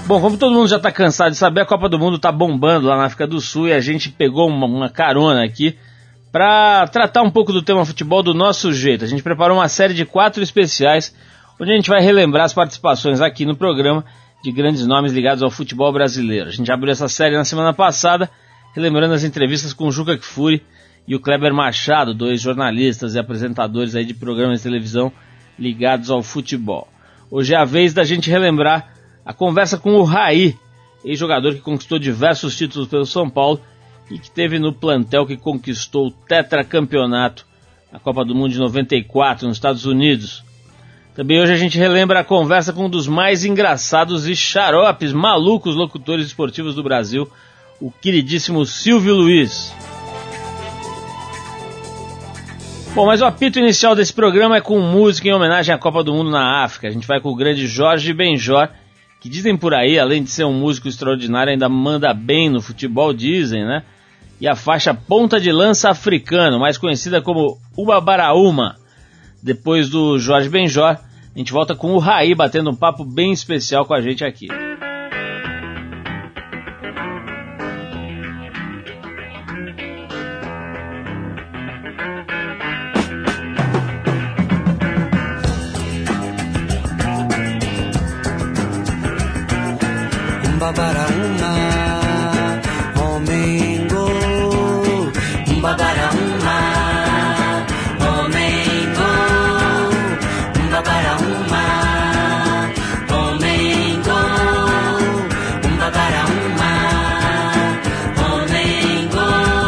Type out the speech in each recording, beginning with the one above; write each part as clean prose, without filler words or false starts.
Bom, como todo mundo já está cansado de saber, a Copa do Mundo está bombando lá na África do Sul e a gente pegou uma carona aqui para tratar um pouco do tema futebol do nosso jeito. A gente preparou uma série de 4 especiais onde a gente vai relembrar as participações aqui no programa de grandes nomes ligados ao futebol brasileiro. A gente abriu essa série na semana passada, relembrando as entrevistas com o Juca Kfouri e o Kleber Machado, 2 jornalistas e apresentadores aí de programas de televisão ligados ao futebol. Hoje é a vez da gente relembrar a conversa com o Raí, ex-jogador que conquistou diversos títulos pelo São Paulo e que teve no plantel que conquistou o tetracampeonato na Copa do Mundo de 94 nos Estados Unidos. Também hoje a gente relembra a conversa com um dos mais engraçados e xaropes, malucos locutores esportivos do Brasil, o queridíssimo Silvio Luiz. Bom, mas o apito inicial desse programa é com música em homenagem à Copa do Mundo na África. A gente vai com o grande Jorge Benjor, que dizem por aí, além de ser um músico extraordinário, ainda manda bem no futebol, dizem, né? E a faixa Ponta de Lança Africano, mais conhecida como Ubabaraúma. Depois do Jorge Benjor, a gente volta com o Raí batendo um papo bem especial com a gente aqui. Babaraúma, Omengo, Babaraúma, Omengo, Babaraúma, Omengo, Babaraúma, Omengo.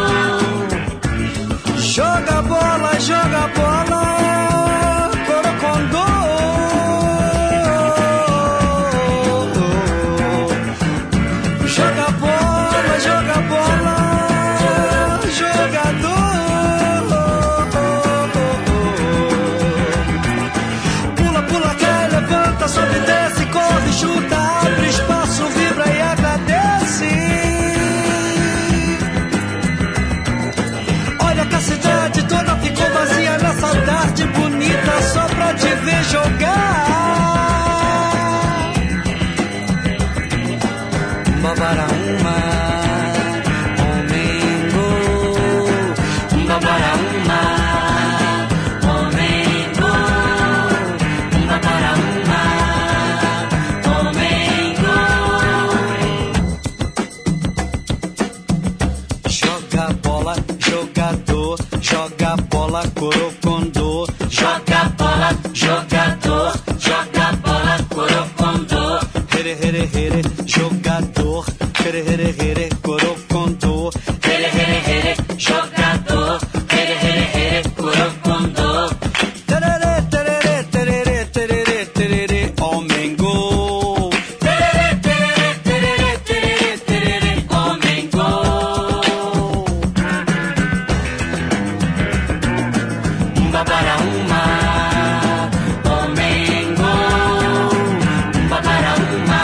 Joga bola, Corocondô. Joga bola, jogador. Pula, pula, cai, levanta, sobe, desce, corre, chuta, abre espaço, vibra e agradece. Olha que a cidade toda ficou vazia nessa tarde bonita só pra te ver jogar. Babaraúma, Omengo, Babaraúma, Omengo, Babaraúma, Omengo. Joga bola, jogador, joga bola, Corocondô. Joga bola, jogador, joga bola, Corocondô. Here, here, here, jogador. Here, here, here, Corocondô. Here, here, here, jogador. Here, here, here, Corocondô. Tererê, tererê, tererê, tererê, tererê, Omengo. Tererê, tererê, tererê, tererê, tererê, Omengo. Babaraúma, Omengo, Babaraúma.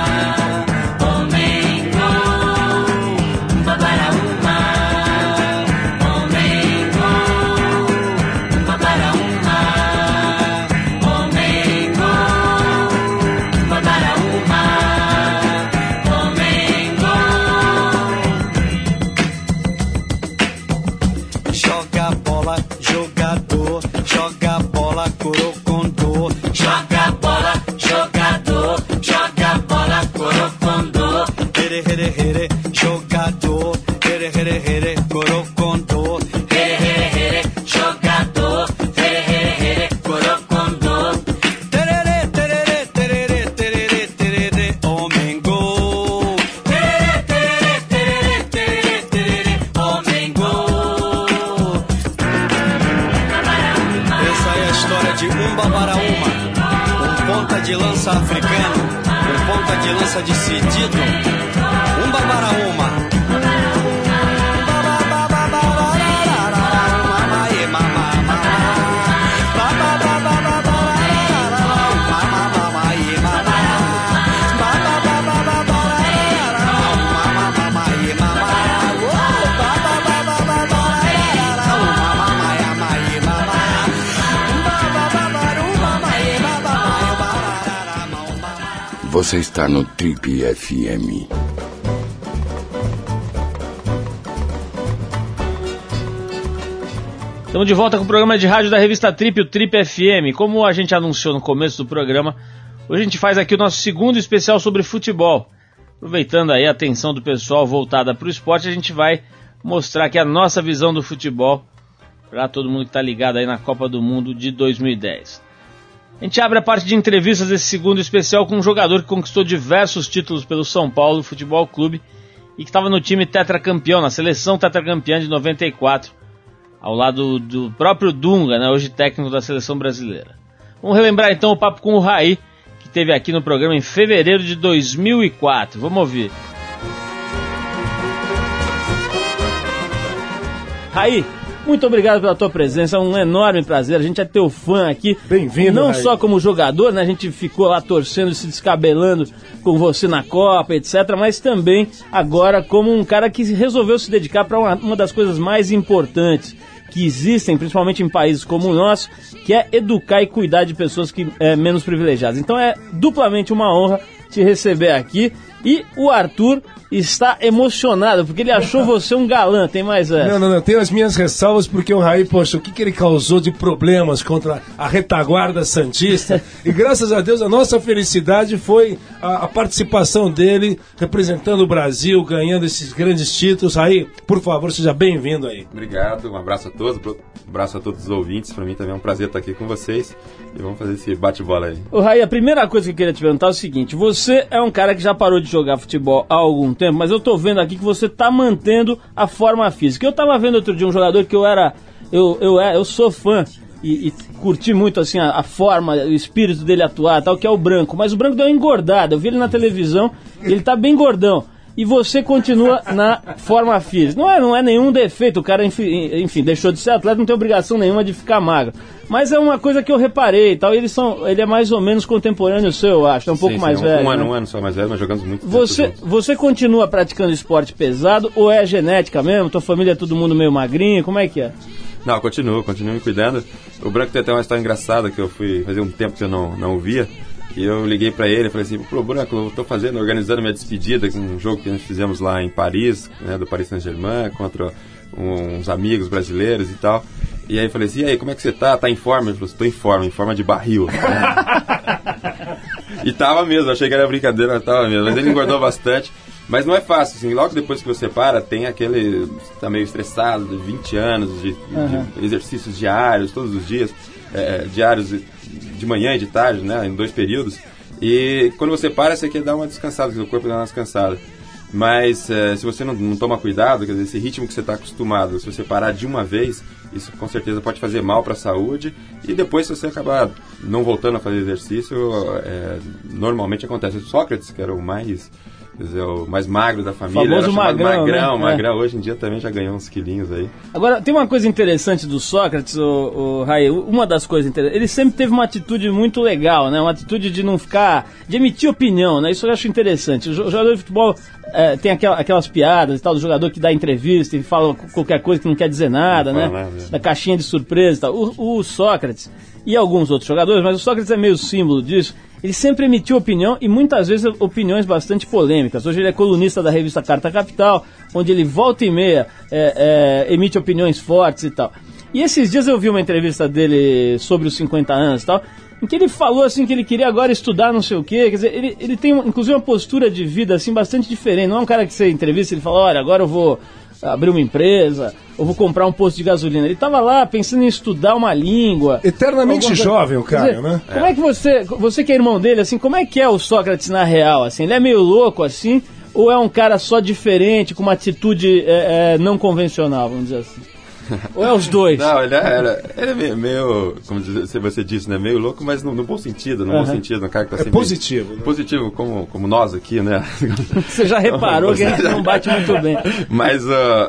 Joga bola, jogador, joga bola, Corocondô. Joga bola, jogador, joga bola, Corocondô. Here, here, here, jogador. Here, here, here, Corocondô. Here, here, here, jogador. Here, here, here, Corocondô. Tererê, tererê, tererê, tererê, tererê, Omengo. Tererê, tererê, tererê, tererê, tererê, Omengo. Essa é a história de Babaraúma, ponta de lança africano, ponta de lança decidido, Babaraúma. Você está no Trip FM. Estamos de volta com o programa de rádio da revista Trip, o Trip FM. Como a gente anunciou no começo do programa, hoje a gente faz aqui o nosso segundo especial sobre futebol. Aproveitando aí a atenção do pessoal voltada para o esporte, a gente vai mostrar aqui a nossa visão do futebol para todo mundo que está ligado aí na Copa do Mundo de 2010. A gente abre a parte de entrevistas desse segundo especial com um jogador que conquistou diversos títulos pelo São Paulo Futebol Clube e que estava no time tetracampeão, na seleção tetracampeã de 94, ao lado do próprio Dunga, né, hoje técnico da seleção brasileira. Vamos relembrar então o papo com o Raí, que esteve aqui no programa em fevereiro de 2004. Vamos ouvir. Raí, muito obrigado pela tua presença, é um enorme prazer, a gente é teu fã aqui. Bem-vindo, não Raí. só como jogador, né, a gente ficou lá torcendo, se descabelando com você na Copa, etc., mas também agora como um cara que resolveu se dedicar para uma das coisas mais importantes que existem, principalmente em países como o nosso, que é educar e cuidar de pessoas menos privilegiadas. Então é duplamente uma honra te receber aqui. E o Arthur está emocionado, porque ele achou você um galã. Tem mais essa? Não, tenho as minhas ressalvas, porque o Raí, poxa, o que ele causou de problemas contra a retaguarda santista, e graças a Deus a nossa felicidade foi a participação dele, representando o Brasil, ganhando esses grandes títulos. Raí, por favor, seja bem-vindo aí. Obrigado, um abraço a todos, um abraço a todos os ouvintes, para mim também é um prazer estar aqui com vocês, e vamos fazer esse bate-bola aí. O Raí, a primeira coisa que eu queria te perguntar é o seguinte: você é um cara que já parou de jogar futebol há algum tempo, mas eu tô vendo aqui que você tá mantendo a forma física. Eu tava vendo outro dia um jogador que eu sou fã e curti muito assim a forma, o espírito dele atuar, tal, que é o Branco, mas o Branco deu uma engordada. Eu vi ele na televisão e ele tá bem gordão. E você continua na forma física. Não é nenhum defeito, o cara, enfim, deixou de ser atleta, não tem obrigação nenhuma de ficar magro. Mas é uma coisa que eu reparei e tal, ele é mais ou menos contemporâneo seu, eu acho, é um pouco mais velho. Um ano só mais velho, mas jogamos muito Você continua praticando esporte pesado ou é genética mesmo? Tua família é todo mundo meio magrinho, como é que é? Não, continuo me cuidando. O Branco tem até uma história engraçada que eu fui fazer um tempo que eu não o via. E eu liguei pra ele e falei assim: pô, Branco, eu tô organizando minha despedida com um jogo que nós fizemos lá em Paris, né, do Paris Saint-Germain, contra uns amigos brasileiros e tal. E aí eu falei assim: e aí, como é que você tá? Tá em forma? Ele falou: tô em forma de barril. E tava mesmo, achei que era brincadeira, mas tava mesmo. Mas ele engordou bastante. Mas não é fácil, assim, logo depois que você para, tem aquele, você tá meio estressado, de 20 anos, de exercícios diários, todos os dias, diários de manhã e de tarde, né, em 2 períodos, e quando você para, você quer dar uma descansada, porque o corpo dá uma descansada. Mas se você não toma cuidado, quer dizer, esse ritmo que você está acostumado, se você parar de uma vez, isso com certeza pode fazer mal para a saúde, e depois, se você acabar não voltando a fazer exercício, normalmente acontece. O Sócrates, que era o mais magro da família, famoso era chamado magrão, magrão, hoje em dia também já ganhou uns quilinhos aí. Agora, tem uma coisa interessante do Sócrates, o Raí, uma das coisas interessantes, ele sempre teve uma atitude muito legal, né, uma atitude de não ficar, de emitir opinião, né, isso eu acho interessante. O jogador de futebol tem aquelas piadas e tal, do jogador que dá entrevista e fala qualquer coisa que não quer dizer nada, né, da caixinha de surpresa e tal. O Sócrates e alguns outros jogadores, mas o Sócrates é meio símbolo disso. Ele sempre emitiu opinião e muitas vezes opiniões bastante polêmicas. Hoje ele é colunista da revista Carta Capital, onde ele volta e meia emite opiniões fortes e tal. E esses dias eu vi uma entrevista dele sobre os 50 anos e tal, em que ele falou assim que ele queria agora estudar não sei o quê. Quer dizer, ele tem inclusive uma postura de vida assim bastante diferente. Não é um cara que você entrevista e ele fala: olha, agora eu vou abrir uma empresa, ou vou comprar um posto de gasolina. Ele estava lá pensando em estudar uma língua. Eternamente jovem o cara, dizer, né? Como é que você que é irmão dele, assim, como é que é o Sócrates na real? Assim, ele é meio louco assim, ou é um cara só diferente, com uma atitude não convencional, vamos dizer assim? Ou é os dois? Não, ele é meio, como você disse, né? Meio louco, mas no bom sentido, bom sentido, um cara que tá sempre positivo, né? Positivo, como nós aqui, né? Você já reparou que a gente não bate muito bem. Mas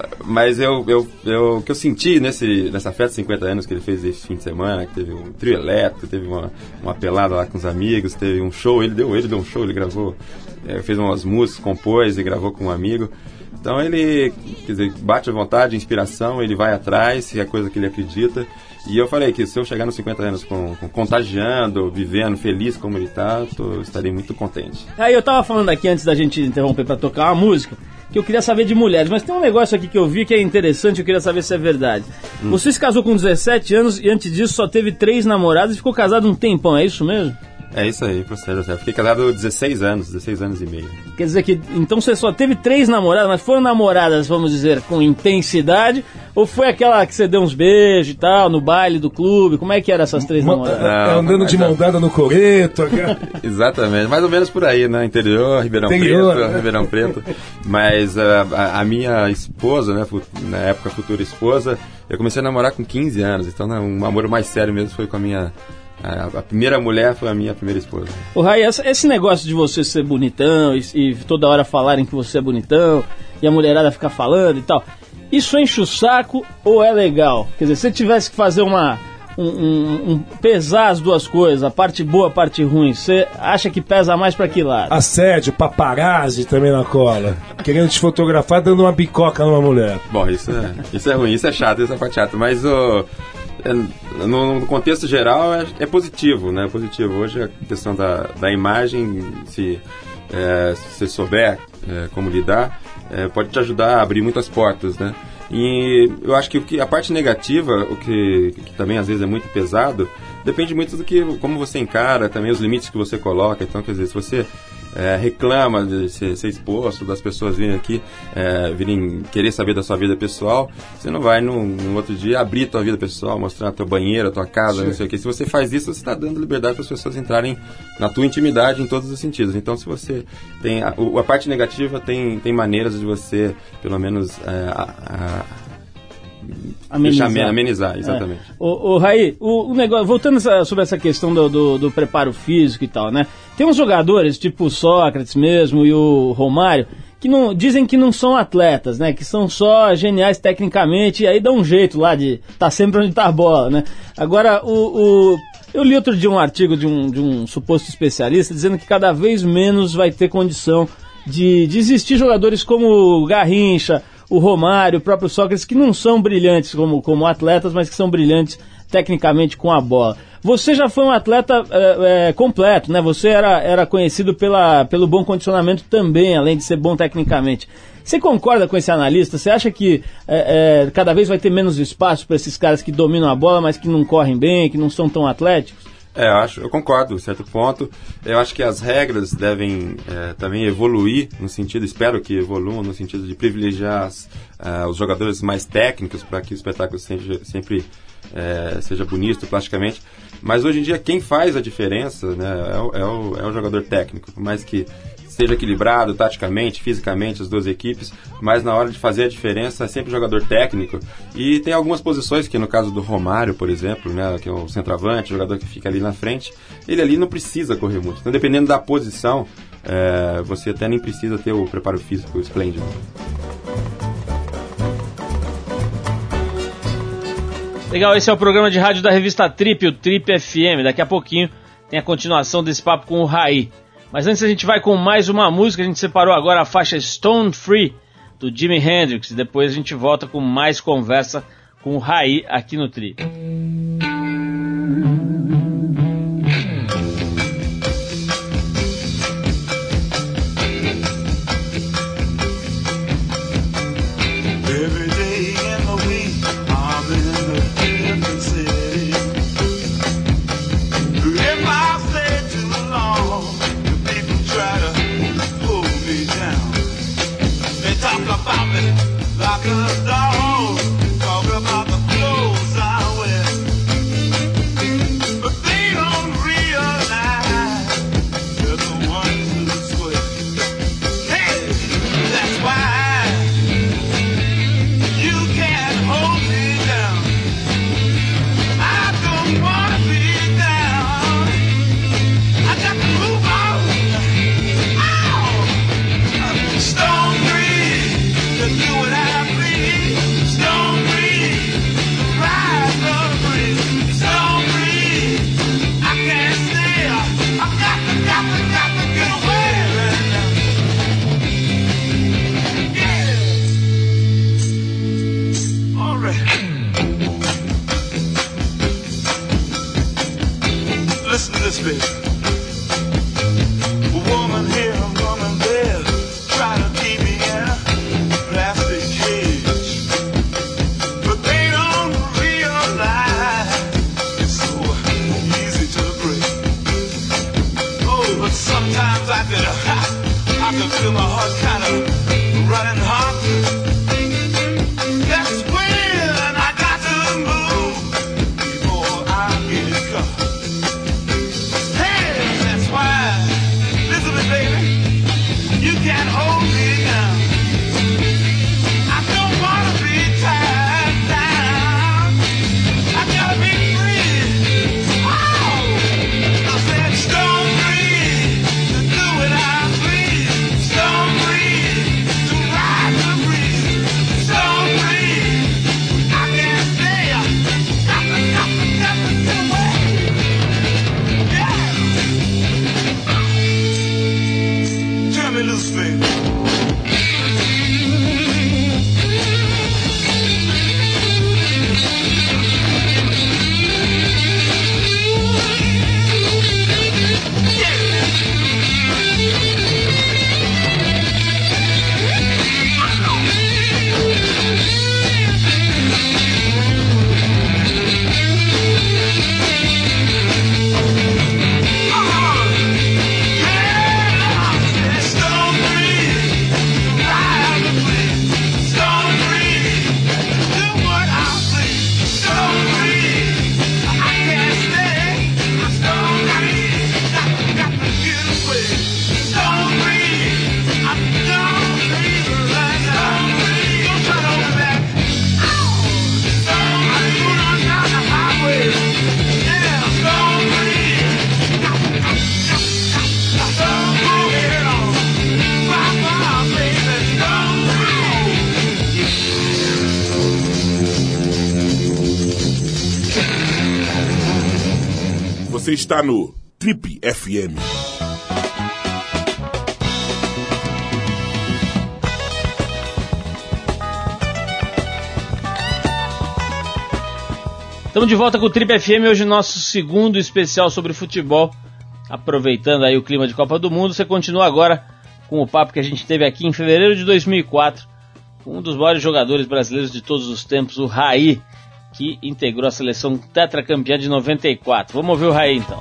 o que eu senti nessa festa de 50 anos que ele fez esse fim de semana, que teve um trio elétrico, teve uma pelada lá com os amigos, teve um show, ele deu um show, ele gravou, fez umas músicas, compôs e gravou com um amigo. Então ele, quer dizer, bate a vontade, inspiração, ele vai atrás, se é coisa que ele acredita. E eu falei que se eu chegar nos 50 anos contagiando, vivendo, feliz como ele tá, estarei muito contente. Aí eu tava falando aqui, antes da gente interromper pra tocar uma música, que eu queria saber de mulheres, mas tem um negócio aqui que eu vi que é interessante, eu queria saber se é verdade. Você se casou com 17 anos e antes disso só teve 3 namoradas e ficou casado um tempão, é isso mesmo? É isso aí, professor José. Fiquei casado 16 anos e meio. Quer dizer que, então você só teve 3 namoradas, mas foram namoradas, vamos dizer, com intensidade, ou foi aquela que você deu uns beijos e tal, no baile do clube? Como é que eram essas 3 namoradas? Andando de mão dada no coreto. Exatamente, mais ou menos por aí, né? Interior, Ribeirão Preto. Mas a minha esposa, né, na época futura esposa, eu comecei a namorar com 15 anos, então um namoro mais sério mesmo foi com a minha... A primeira mulher foi a minha primeira esposa. O Rai, esse negócio de você ser bonitão e toda hora falarem que você é bonitão e a mulherada ficar falando e tal, isso enche o saco ou é legal? Quer dizer, se você tivesse que fazer pesar as duas coisas, a parte boa, a parte ruim, você acha que pesa mais pra que lado? Assédio, paparazzi também na cola, querendo te fotografar dando uma bicoca numa mulher. Bom, isso é ruim, isso é chato, isso é parte chata, mas no contexto geral é positivo, né? É positivo. Hoje a questão da imagem, se você souber como lidar, pode te ajudar a abrir muitas portas, né? E eu acho que a parte negativa, o que também às vezes é muito pesado, depende muito como você encara, também os limites que você coloca. Então, quer dizer, se você reclama de ser exposto, das pessoas virem querer saber da sua vida pessoal, você não vai no outro dia abrir tua vida pessoal, mostrar teu banheiro, a tua casa, não sei o que. Se você faz isso, você está dando liberdade para as pessoas entrarem na tua intimidade em todos os sentidos. Então, se você tem a parte negativa, tem maneiras de você, pelo menos, amenizar, exatamente. O Rai, o negócio, voltando sobre essa questão do preparo físico e tal, né? Tem uns jogadores, tipo o Sócrates mesmo e o Romário, que dizem que não são atletas, né? Que são só geniais tecnicamente e aí dão um jeito lá de estar sempre onde tá a bola, né? Agora, eu li outro dia um artigo de um suposto especialista dizendo que cada vez menos vai ter condição de existir jogadores como o Garrincha, o Romário, o próprio Sócrates, que não são brilhantes como atletas, mas que são brilhantes tecnicamente com a bola. Você já foi um atleta completo, né? Você era conhecido pelo bom condicionamento também, além de ser bom tecnicamente. Você concorda com esse analista? Você acha que cada vez vai ter menos espaço para esses caras que dominam a bola, mas que não correm bem, que não são tão atléticos? Eu concordo, em certo ponto. Eu acho que as regras devem também evoluir, no sentido, espero que evoluam, no sentido de privilegiar os jogadores mais técnicos para que o espetáculo sempre seja bonito plasticamente. Mas hoje em dia quem faz a diferença, né, é o jogador técnico, por mais que seja equilibrado taticamente, fisicamente, as duas equipes, mas na hora de fazer a diferença é sempre o jogador técnico. E tem algumas posições, que no caso do Romário, por exemplo, né, que é o centroavante, o jogador que fica ali na frente, ele ali não precisa correr muito. Então, dependendo da posição, você até nem precisa ter o preparo físico esplêndido. Legal, esse é o programa de rádio da revista Trip, o Trip FM. Daqui a pouquinho tem a continuação desse papo com o Rai. Mas antes a gente vai com mais uma música. A gente separou agora a faixa Stone Free, do Jimi Hendrix. Depois a gente volta com mais conversa com o Rai aqui no Trip. Like a dog, talk about the clothes I wear, but they don't but sometimes I could feel my heart kind of running hot. That's when I got to move before I get caught. Hey, that's why, listen to me, baby, you can't hold me down. I don't wanna be tied down. I gotta be free. Oh, I said stone free to do what I please. Stone free to ride the breeze. Stone free, I can't stay. Got to get away. Yeah. Turn me loose, baby. Você está no Trip FM. Estamos de volta com o Trip FM, hoje nosso segundo especial sobre futebol. Aproveitando aí o clima de Copa do Mundo, você continua agora com o papo que a gente teve aqui em fevereiro de 2004, com um dos maiores jogadores brasileiros de todos os tempos, o Raí, que integrou a seleção tetracampeã de 94. Vamos ouvir o Raí então.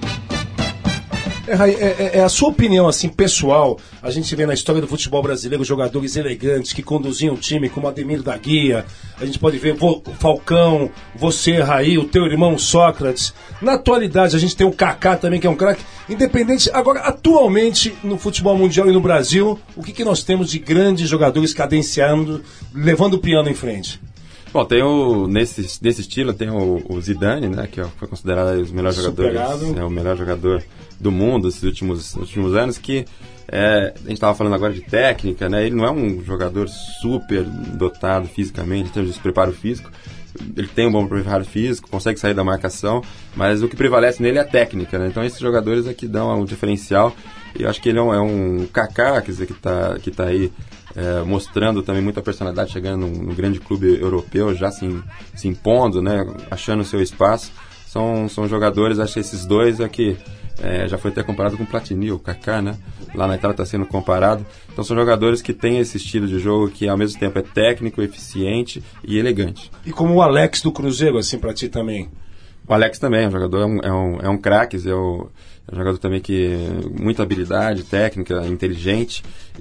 Raí, é a sua opinião assim, pessoal. A gente vê na história do futebol brasileiro jogadores elegantes que conduziam o time, como Ademir da Guia. A gente pode ver Falcão, você, Raí, o teu irmão Sócrates. Na atualidade a gente tem o Kaká também, que é um craque independente. Agora, atualmente, no futebol mundial e no Brasil, o que nós temos de grandes jogadores cadenciando, levando o piano em frente? Bom, tem nesse estilo tem o Zidane, né, que foi considerado os melhores jogadores, o melhor jogador do mundo esses últimos anos, que a gente estava falando agora de técnica, né, ele não é um jogador super dotado fisicamente, em termos de preparo físico, ele tem um bom preparo físico, consegue sair da marcação, mas o que prevalece nele é a técnica, né, então esses jogadores aqui dão um diferencial, e eu acho que ele é um Kaká, quer dizer, que tá aí mostrando também muita personalidade, chegando num grande clube europeu, já se impondo, né, achando o seu espaço. São jogadores, acho que esses dois aqui já foi até comparado com o Platini, o Kaká, né? Lá na Itália está sendo comparado. Então são jogadores que têm esse estilo de jogo que ao mesmo tempo é técnico, eficiente e elegante. E como o Alex do Cruzeiro, assim, para ti também? O Alex também, o jogador é um craque, é um jogador também que muita habilidade, técnica, inteligente,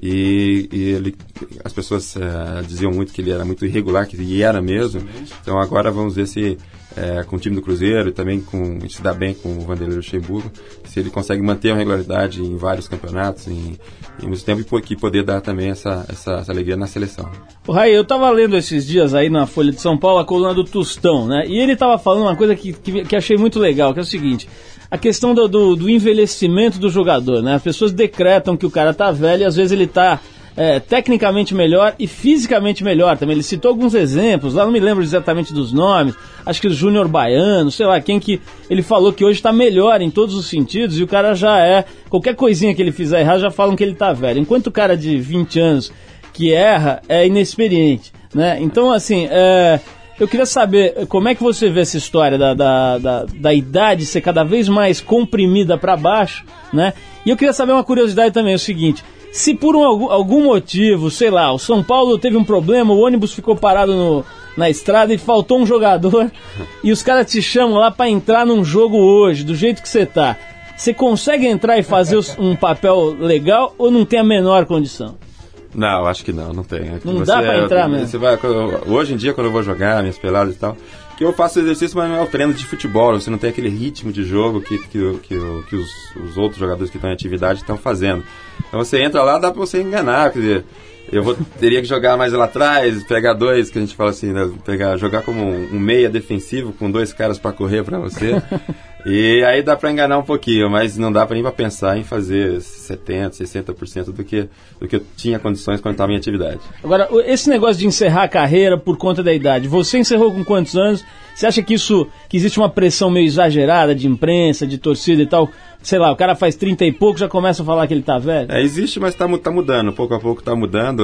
e ele, as pessoas diziam muito que ele era muito irregular, e era mesmo. Então agora vamos ver se com o time do Cruzeiro e também se dá bem com o Vanderlei Luxemburgo, se ele consegue manter uma regularidade em vários campeonatos e ao mesmo tempo que poder dar também essa alegria na seleção. O Raí, eu tava lendo esses dias aí na Folha de São Paulo a coluna do Tostão, né? E ele tava falando uma coisa que achei muito legal, que é o seguinte: a questão do envelhecimento do jogador, né? As pessoas decretam que o cara tá velho e às vezes ele tá tecnicamente melhor e fisicamente melhor também. Ele citou alguns exemplos, lá não me lembro exatamente dos nomes, acho que o Júnior Baiano, sei lá, quem que ele falou que hoje está melhor em todos os sentidos e o cara já qualquer coisinha que ele fizer errar já falam que ele tá velho, enquanto o cara de 20 anos que erra é inexperiente, né? Então assim, eu queria saber como é que você vê essa história da idade ser cada vez mais comprimida para baixo, né? E eu queria saber uma curiosidade também, é o seguinte: se por algum motivo, sei lá, o São Paulo teve um problema, o ônibus ficou parado na estrada e faltou um jogador e os caras te chamam lá pra entrar num jogo hoje, do jeito que você tá, Você consegue entrar e fazer um papel legal ou não tem a menor condição? Não, acho que não tem. Não dá pra entrar mesmo. Hoje em dia, quando eu vou jogar minhas peladas e tal, que eu faço exercício, mas não é o treino de futebol. Você não tem aquele ritmo de jogo que os outros jogadores que estão em atividade estão fazendo. Então você entra lá, dá pra você enganar, quer dizer... teria que jogar mais lá atrás, pegar dois, que a gente fala assim, né? Jogar como um meia defensivo com 2 caras para correr para você. E aí dá para enganar um pouquinho, mas não dá nem para pensar em fazer 70%, 60% do que eu tinha condições quando estava em atividade. Agora, esse negócio de encerrar a carreira por conta da idade, você encerrou com quantos anos? Você acha que existe uma pressão meio exagerada de imprensa, de torcida e tal? Sei lá, o cara faz 30 e pouco, já começa a falar que ele tá velho? Existe, mas tá mudando. Pouco a pouco tá mudando.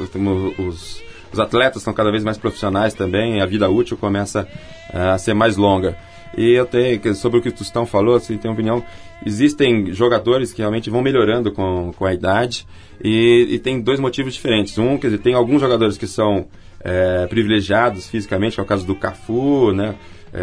Os atletas estão cada vez mais profissionais também. A vida útil começa a ser mais longa. E eu tenho, sobre o que o Tostão falou, assim, tenho opinião, existem jogadores que realmente vão melhorando com a idade. E tem 2 motivos diferentes. Quer dizer, tem alguns jogadores que são privilegiados fisicamente, que é o caso do Cafu, né?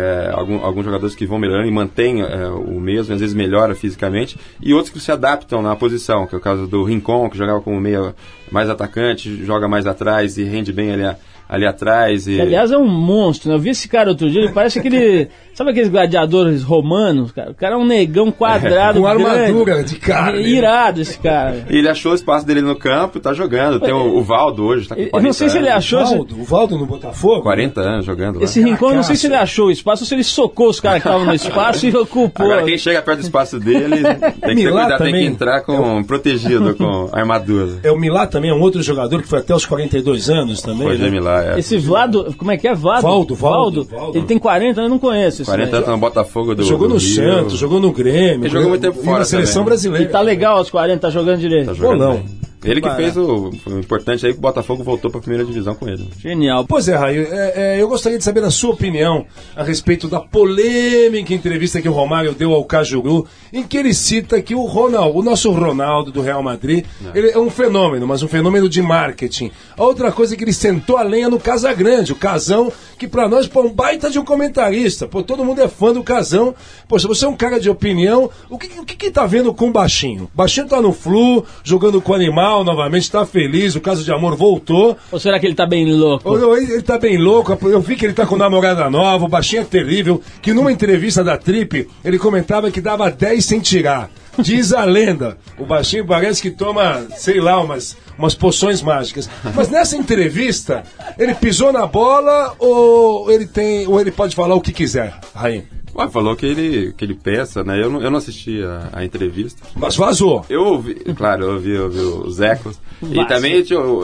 Alguns jogadores que vão melhorando e mantêm o mesmo, às vezes melhora fisicamente, e outros que se adaptam na posição, que é o caso do Rincon, que jogava como meio mais atacante, joga mais atrás e rende bem ali atrás. Que, aliás, é um monstro, né? Eu vi esse cara outro dia, ele parece aquele... Sabe aqueles gladiadores romanos, cara? O cara é um negão quadrado, com grande, armadura de carne. Irado esse cara. E ele achou o espaço dele no campo, tá jogando. Tem o Valdo hoje, tá com 40 Eu não sei se ele achou... O Valdo no Botafogo? 40 anos jogando lá. Esse Rincon, eu não sei se ele achou o espaço ou se ele socou os caras que estavam no espaço e ocupou. Agora, quem chega perto do espaço dele tem que ter cuidado, tem que entrar protegido com armadura. O Milá também é um outro jogador que foi até os 42 anos também. Foi de Milá, Esse Vlado, como é que é? Valdo. Ele tem 40, eu não conheço. 40 anos no Botafogo do Jogou no Rio. Santos, jogou no Grêmio. Ele jogou muito tempo fora na seleção também. brasileira. E tá legal aos 40, tá jogando direito. Tá jogando não. bem. Ele que fez o importante aí, que o Botafogo voltou para a primeira divisão com ele. Genial. Pois é, Raio, eu gostaria de saber a sua opinião a respeito da polêmica entrevista que o Romário deu ao Cajuru, em que ele cita que o nosso Ronaldo do Real Madrid, ele é um fenômeno, mas um fenômeno de marketing. A outra coisa é que ele sentou a lenha no Casagrande, o Casão, que pra nós é um baita de um comentarista. Pô, todo mundo é fã do Casão. Poxa, você é um cara de opinião, o que tá vendo com o Baixinho? O Baixinho tá no Flu, jogando com o Animal novamente, tá feliz, o caso de amor voltou. Ou será que ele tá bem louco? Ele tá bem louco, eu vi que ele tá com namorada nova, o Baixinho é terrível, que numa entrevista da Trip, ele comentava que dava 10 sem tirar. Diz a lenda, o Baixinho parece que toma, sei lá, umas poções mágicas. Mas nessa entrevista, ele pisou na bola ou ele pode falar o que quiser, Raim? Falou que ele pensa, né? Eu não assisti a entrevista. Mas vazou. Eu ouvi, claro, eu ouvi os ecos. E também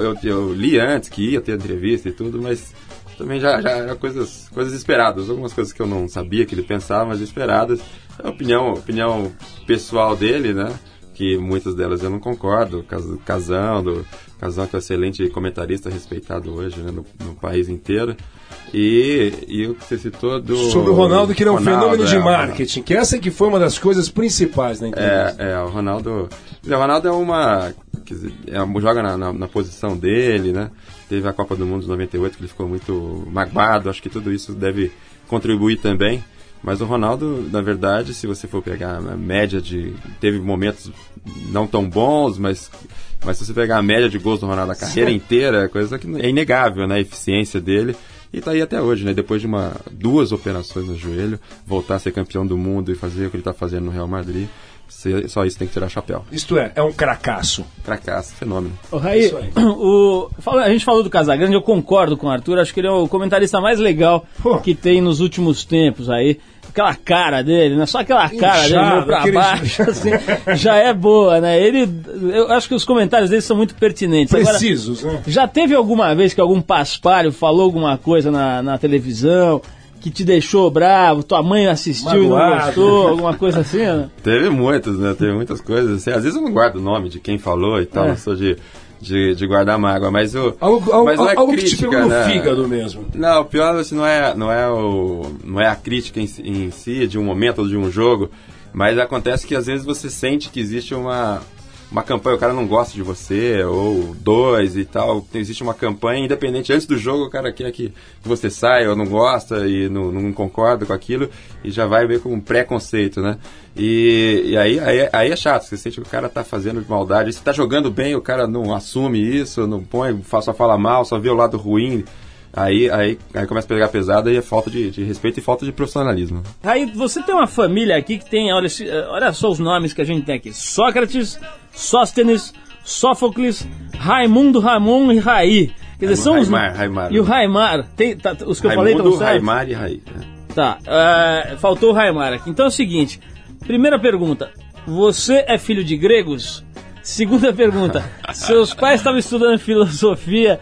eu li antes que ia ter entrevista e tudo, mas também já eram coisas esperadas. Algumas coisas que eu não sabia que ele pensava, mas esperadas. A opinião pessoal dele, né? Que muitas delas eu não concordo. Casão que é um excelente comentarista, respeitado hoje, né, no país inteiro. E o que você citou sobre o Ronaldo, que ele é um fenômeno de marketing, que essa que foi uma das coisas principais na entrevista. O Ronaldo joga na posição dele, né? Teve a Copa do Mundo de 98, que ele ficou muito magoado. Acho que tudo isso deve contribuir também. Mas o Ronaldo, na verdade, se você for pegar a média teve momentos não tão bons, mas se você pegar a média de gols do Ronaldo a carreira inteira, coisa que é inegável, né? A eficiência dele. E tá aí até hoje, né? Depois de 2 operações no joelho, voltar a ser campeão do mundo e fazer o que ele tá fazendo no Real Madrid, só isso tem que tirar chapéu. Isto é um cracaço. Cracaço, fenômeno. Raí, a gente falou do Casagrande, eu concordo com o Arthur, acho que ele é o comentarista mais legal que tem nos últimos tempos aí. Aquela cara dele, né? Só aquela cara dele meio pra baixo, assim, já é boa, né? Eu acho que os comentários dele são muito pertinentes. Precisos, né? Já teve alguma vez que algum paspalho falou alguma coisa na televisão que te deixou bravo, tua mãe assistiu e não gostou, alguma coisa assim, né? Teve muitas, né? Teve muitas coisas assim. Às vezes eu não guardo o nome de quem falou e tal, não sou de guardar mágoa, mas algo crítica, que te pegou no né? fígado mesmo. Não, o pior assim, não é a crítica em si, de um momento ou de um jogo, mas acontece que às vezes você sente que existe uma uma campanha, o cara não gosta de você, ou 2 e tal. Existe uma campanha, independente, antes do jogo, o cara quer que você saia ou não gosta e não concorda com aquilo, e já vai ver com um preconceito, né? E aí é chato, você sente que o cara tá fazendo de maldade. Se tá jogando bem, o cara não assume isso, não põe, só fala mal, só vê o lado ruim. Aí começa a pegar pesado e é falta de respeito e falta de profissionalismo. Aí você tem uma família aqui que tem, olha só os nomes que a gente tem aqui: Sócrates, Sóstenes, Sófocles, Raimundo, Ramon e Raí. Quer dizer, são Raimar. E o Raimar, os que eu falei estão certos? Raimar e Raí. Tá, faltou o Raimar aqui. Então é o seguinte, primeira pergunta, você é filho de gregos? Segunda pergunta, seus pais estavam estudando filosofia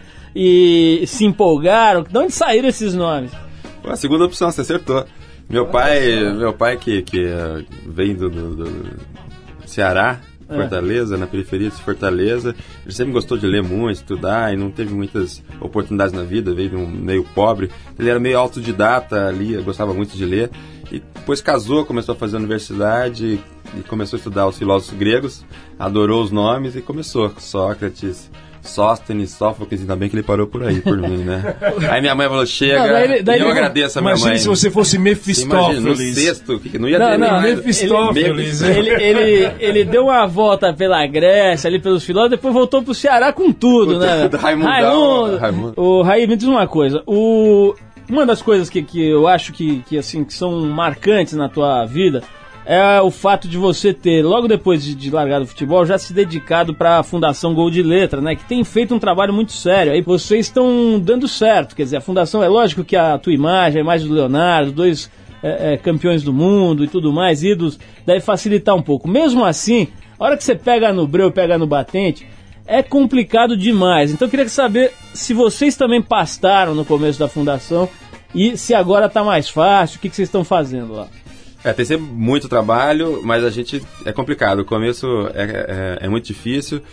e se empolgaram? De onde saíram esses nomes? A segunda opção, você acertou. Meu pai que vem do Ceará, Fortaleza, na periferia de Fortaleza, ele sempre gostou de ler muito, estudar, e não teve muitas oportunidades na vida, veio de um meio pobre. Ele era meio autodidata ali, gostava muito de ler, e depois casou, começou a fazer universidade e começou a estudar os filósofos gregos, adorou os nomes e começou. Sócrates, Sóstenes, Sófocles, ainda bem que ele parou por aí, por mim, né? Aí minha mãe falou, chega, daí eu agradeço a minha mãe. Imagina se você fosse Mefistófeles. No sexto, que não ia ter nem Mefistófeles. Ele deu uma volta pela Grécia, ali pelos filósofos, depois voltou pro Ceará com tudo, né? Raimundo. O Raí, me diz uma coisa, uma das coisas que eu acho que são marcantes na tua vida é o fato de você ter, logo depois de largar do futebol, já se dedicado para a Fundação Gol de Letra, né? Que tem feito um trabalho muito sério. Aí vocês estão dando certo, quer dizer, a Fundação, é lógico que a tua imagem, a imagem do Leonardo, 2 campeões do mundo e tudo mais, ídolos, deve facilitar um pouco. Mesmo assim, a hora que você pega no breu, pega no batente, é complicado demais. Então eu queria saber se vocês também pastaram no começo da Fundação e se agora está mais fácil, o que vocês estão fazendo lá? Tem sempre muito trabalho, mas é complicado. O começo é muito difícil.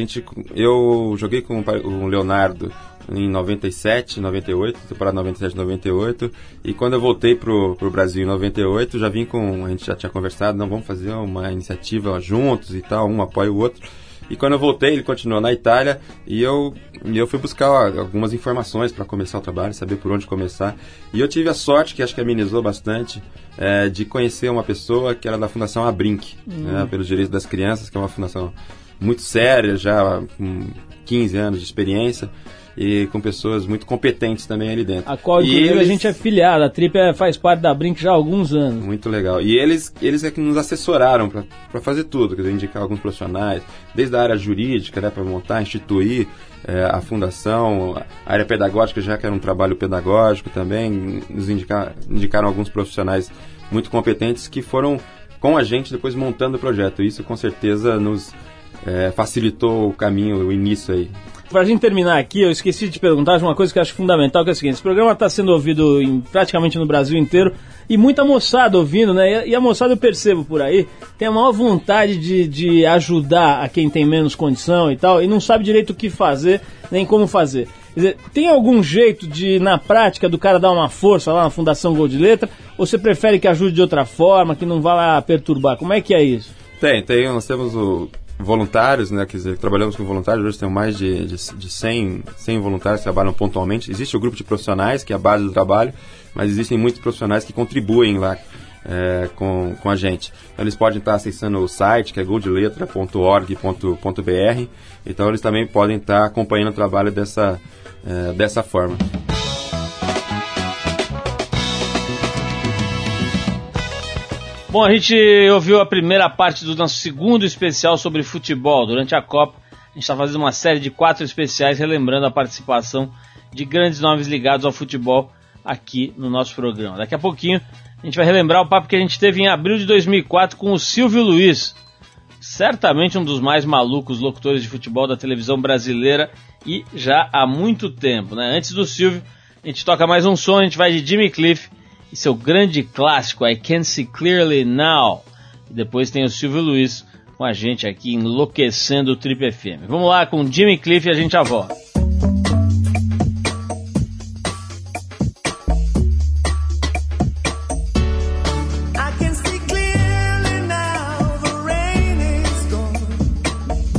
Eu joguei com o Leonardo em 97, 98, temporada 97, 98, e quando eu voltei pro Brasil em 98, já vim a gente já tinha conversado, vamos fazer uma iniciativa juntos e tal, um apoia o outro. E quando eu voltei, ele continuou na Itália, e eu fui buscar algumas informações para começar o trabalho, saber por onde começar. E eu tive a sorte, que acho que amenizou bastante, de conhecer uma pessoa que era da Fundação Abrinq, né, pelos Direitos das Crianças, que é uma fundação muito séria, já com 15 anos de experiência, e com pessoas muito competentes também ali dentro. A qual, inclusive, a gente é filiado, a Trip faz parte da Abrinq já há alguns anos. Muito legal. E eles é que nos assessoraram para fazer tudo, quer dizer, indicar alguns profissionais, desde a área jurídica, né, para montar, instituir a fundação, a área pedagógica, já que era um trabalho pedagógico também, nos indicaram alguns profissionais muito competentes que foram com a gente depois montando o projeto. Isso com certeza nos facilitou o caminho, o início aí. Pra gente terminar aqui, eu esqueci de te perguntar uma coisa que eu acho fundamental, que é o seguinte: esse programa está sendo ouvido praticamente no Brasil inteiro, e muita moçada ouvindo, né? E a moçada, eu percebo por aí, tem a maior vontade de ajudar a quem tem menos condição e tal, e não sabe direito o que fazer, nem como fazer. Quer dizer, tem algum jeito de, na prática, do cara dar uma força lá na Fundação Gol de Letra, ou você prefere que ajude de outra forma, que não vá lá perturbar? Como é que é isso? Nós temos voluntários, né, quer dizer, trabalhamos com voluntários, hoje tem mais de 100 voluntários que trabalham pontualmente. Existe o grupo de profissionais, que é a base do trabalho, mas existem muitos profissionais que contribuem lá com a gente. Então eles podem estar acessando o site, que é goldeletra.org.br, então eles também podem estar acompanhando o trabalho dessa forma. Bom, a gente ouviu a primeira parte do nosso segundo especial sobre futebol. Durante a Copa, a gente está fazendo uma série de 4 especiais relembrando a participação de grandes nomes ligados ao futebol aqui no nosso programa. Daqui a pouquinho a gente vai relembrar o papo que a gente teve em abril de 2004 com o Silvio Luiz, certamente um dos mais malucos locutores de futebol da televisão brasileira e já há muito tempo, né? Antes do Silvio, a gente toca mais um som, a gente vai de Jimmy Cliff e seu grande clássico, I Can See Clearly Now. E depois tem o Silvio Luiz com a gente aqui enlouquecendo o Trip FM. Vamos lá com Jimmy Cliff e a gente já volta. I can see clearly now, the rain is gone.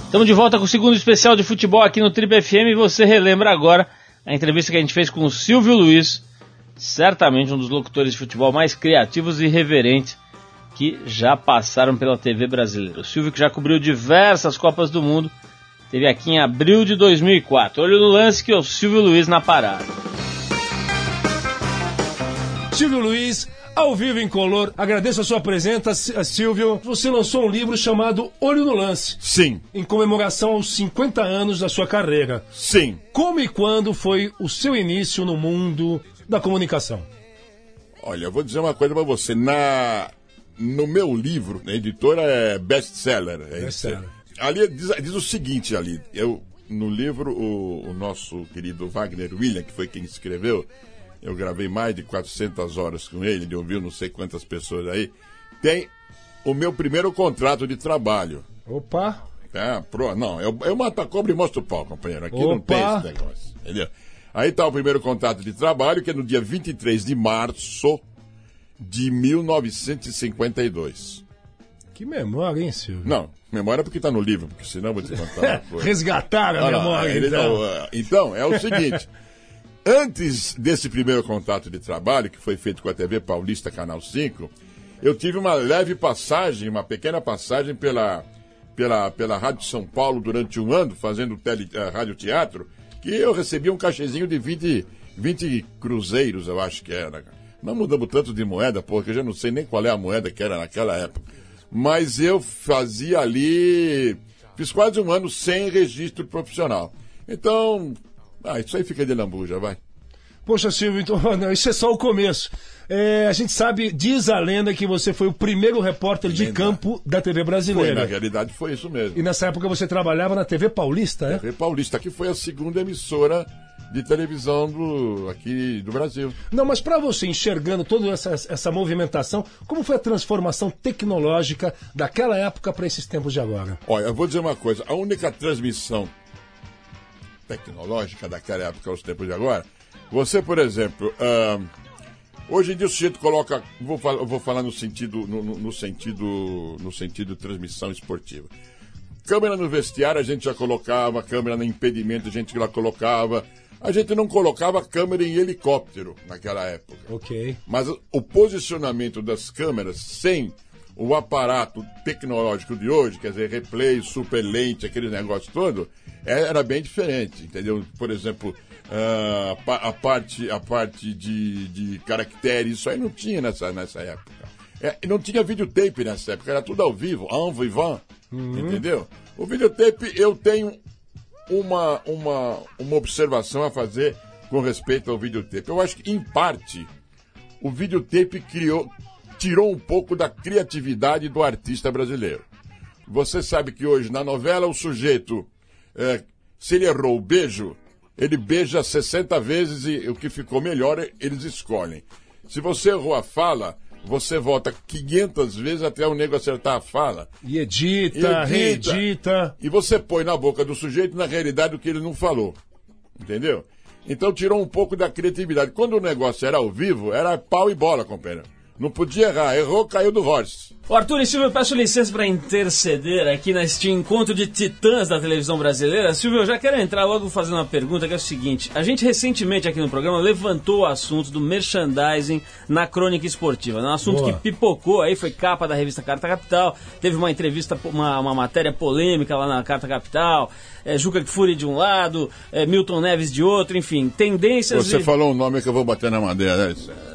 Estamos de volta com o segundo especial de futebol aqui no Trip FM e você relembra agora a entrevista que a gente fez com o Silvio Luiz, certamente um dos locutores de futebol mais criativos e irreverentes que já passaram pela TV brasileira. O Silvio, que já cobriu diversas Copas do Mundo, esteve aqui em abril de 2004. Olho no lance, que é o Silvio Luiz na parada. Silvio Luiz, ao vivo em color. Agradeço a sua presença, Silvio. Você lançou um livro chamado Olho no Lance. Sim. Em comemoração aos 50 anos da sua carreira. Sim. Como e quando foi o seu início no mundo da comunicação? Olha, eu vou dizer uma coisa pra você. No meu livro, a editora é best-seller. Ali diz o seguinte ali. No livro, o nosso querido Wagner William, que foi quem escreveu, eu gravei mais de 400 horas com ele ouviu não sei quantas pessoas aí, tem o meu primeiro contrato de trabalho. Opa! Não, eu mato a cobra e mostro o pau, companheiro. Aqui não tem esse negócio, entendeu? Aí tá o primeiro contrato de trabalho, que é no dia 23 de março de 1952. Que memória, hein, Silvio? Não, memória porque tá no livro, porque senão eu vou te contar uma coisa. Resgataram a memória, então, é o seguinte... Antes desse primeiro contato de trabalho, que foi feito com a TV Paulista, Canal 5, eu tive uma leve passagem, uma pequena passagem pela Rádio São Paulo durante um ano, fazendo radioteatro, que eu recebia um cachezinho de 20 cruzeiros, eu acho que era. Não mudamos tanto de moeda, porque eu já não sei nem qual é a moeda que era naquela época. Mas eu fazia ali... Fiz quase um ano sem registro profissional. Então... isso aí fica de lambuja, vai. Poxa, Silvio, então, não, isso é só o começo. A gente sabe, diz a lenda que você foi o primeiro repórter de campo da TV brasileira. Na realidade foi isso mesmo. E nessa época você trabalhava na TV Paulista, né? TV Paulista, que foi a segunda emissora de televisão aqui do Brasil. Não, mas para você, enxergando toda essa movimentação, como foi a transformação tecnológica daquela época para esses tempos de agora? Olha, eu vou dizer uma coisa, a única transmissão tecnológica daquela época aos tempos de agora, você, por exemplo, hoje em dia o sujeito coloca, eu vou falar no sentido de transmissão esportiva. Câmera no vestiário a gente já colocava, câmera no impedimento a gente já colocava, a gente não colocava câmera em helicóptero naquela época. Ok. Mas o posicionamento das câmeras sem o aparato tecnológico de hoje, quer dizer, replay, super lente, aquele negócio todo, era bem diferente, entendeu? Por exemplo, a parte de caracteres, isso aí não tinha nessa época. Não tinha videotape nessa época, era tudo ao vivo, en vivant, entendeu? O videotape, eu tenho uma observação a fazer com respeito ao videotape. Eu acho que, em parte, o videotape tirou um pouco da criatividade do artista brasileiro. Você sabe que hoje, na novela, o sujeito, se ele errou o beijo, ele beija 60 vezes e o que ficou melhor, eles escolhem. Se você errou a fala, você volta 500 vezes até o nego acertar a fala. E edita, reedita. E você põe na boca do sujeito, na realidade, o que ele não falou. Entendeu? Então tirou um pouco da criatividade. Quando o negócio era ao vivo, era pau e bola, companheiro. Não podia errar. Errou, caiu do horse. O Arthur e Silvio, eu peço licença para interceder aqui neste encontro de titãs da televisão brasileira. Silvio, eu já quero entrar logo fazendo uma pergunta que é o seguinte. A gente recentemente aqui no programa levantou o assunto do merchandising na crônica esportiva. Um assunto que pipocou aí, foi capa da revista Carta Capital. Teve uma entrevista, uma matéria polêmica lá na Carta Capital. Juca Kfouri de um lado, Milton Neves de outro, enfim, tendências... Você falou um nome que eu vou bater na madeira, né?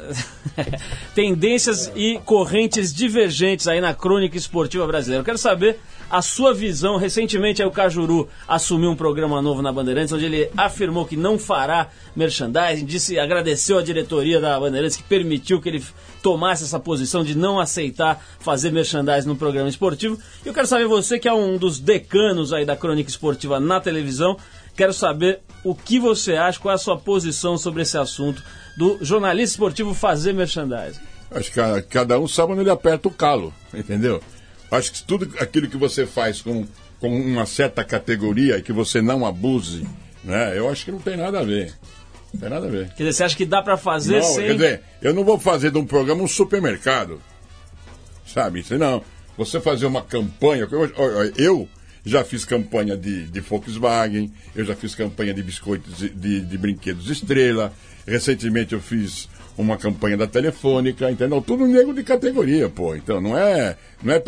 Tendências e correntes divergentes aí na crônica esportiva brasileira. Eu quero saber a sua visão. Recentemente aí o Cajuru assumiu um programa novo na Bandeirantes, onde ele afirmou que não fará merchandising, agradeceu a diretoria da Bandeirantes que permitiu que ele tomasse essa posição de não aceitar fazer merchandising no programa esportivo. E eu quero saber, você que é um dos decanos aí da crônica esportiva na televisão, quero saber o que você acha, qual é a sua posição sobre esse assunto do jornalista esportivo fazer merchandising. Acho que cada um sabe onde ele aperta o calo, entendeu? Acho que tudo aquilo que você faz com uma certa categoria e que você não abuse, né? Eu acho que não tem nada a ver. Não tem nada a ver. Quer dizer, você acha que dá pra fazer sem... Quer dizer, eu não vou fazer de um programa um supermercado, sabe? Não. Você fazer uma campanha... já fiz campanha de Volkswagen, eu já fiz campanha de biscoitos, de brinquedos Estrela, recentemente eu fiz uma campanha da Telefônica, entendeu? Tudo nego de categoria, pô. Então não é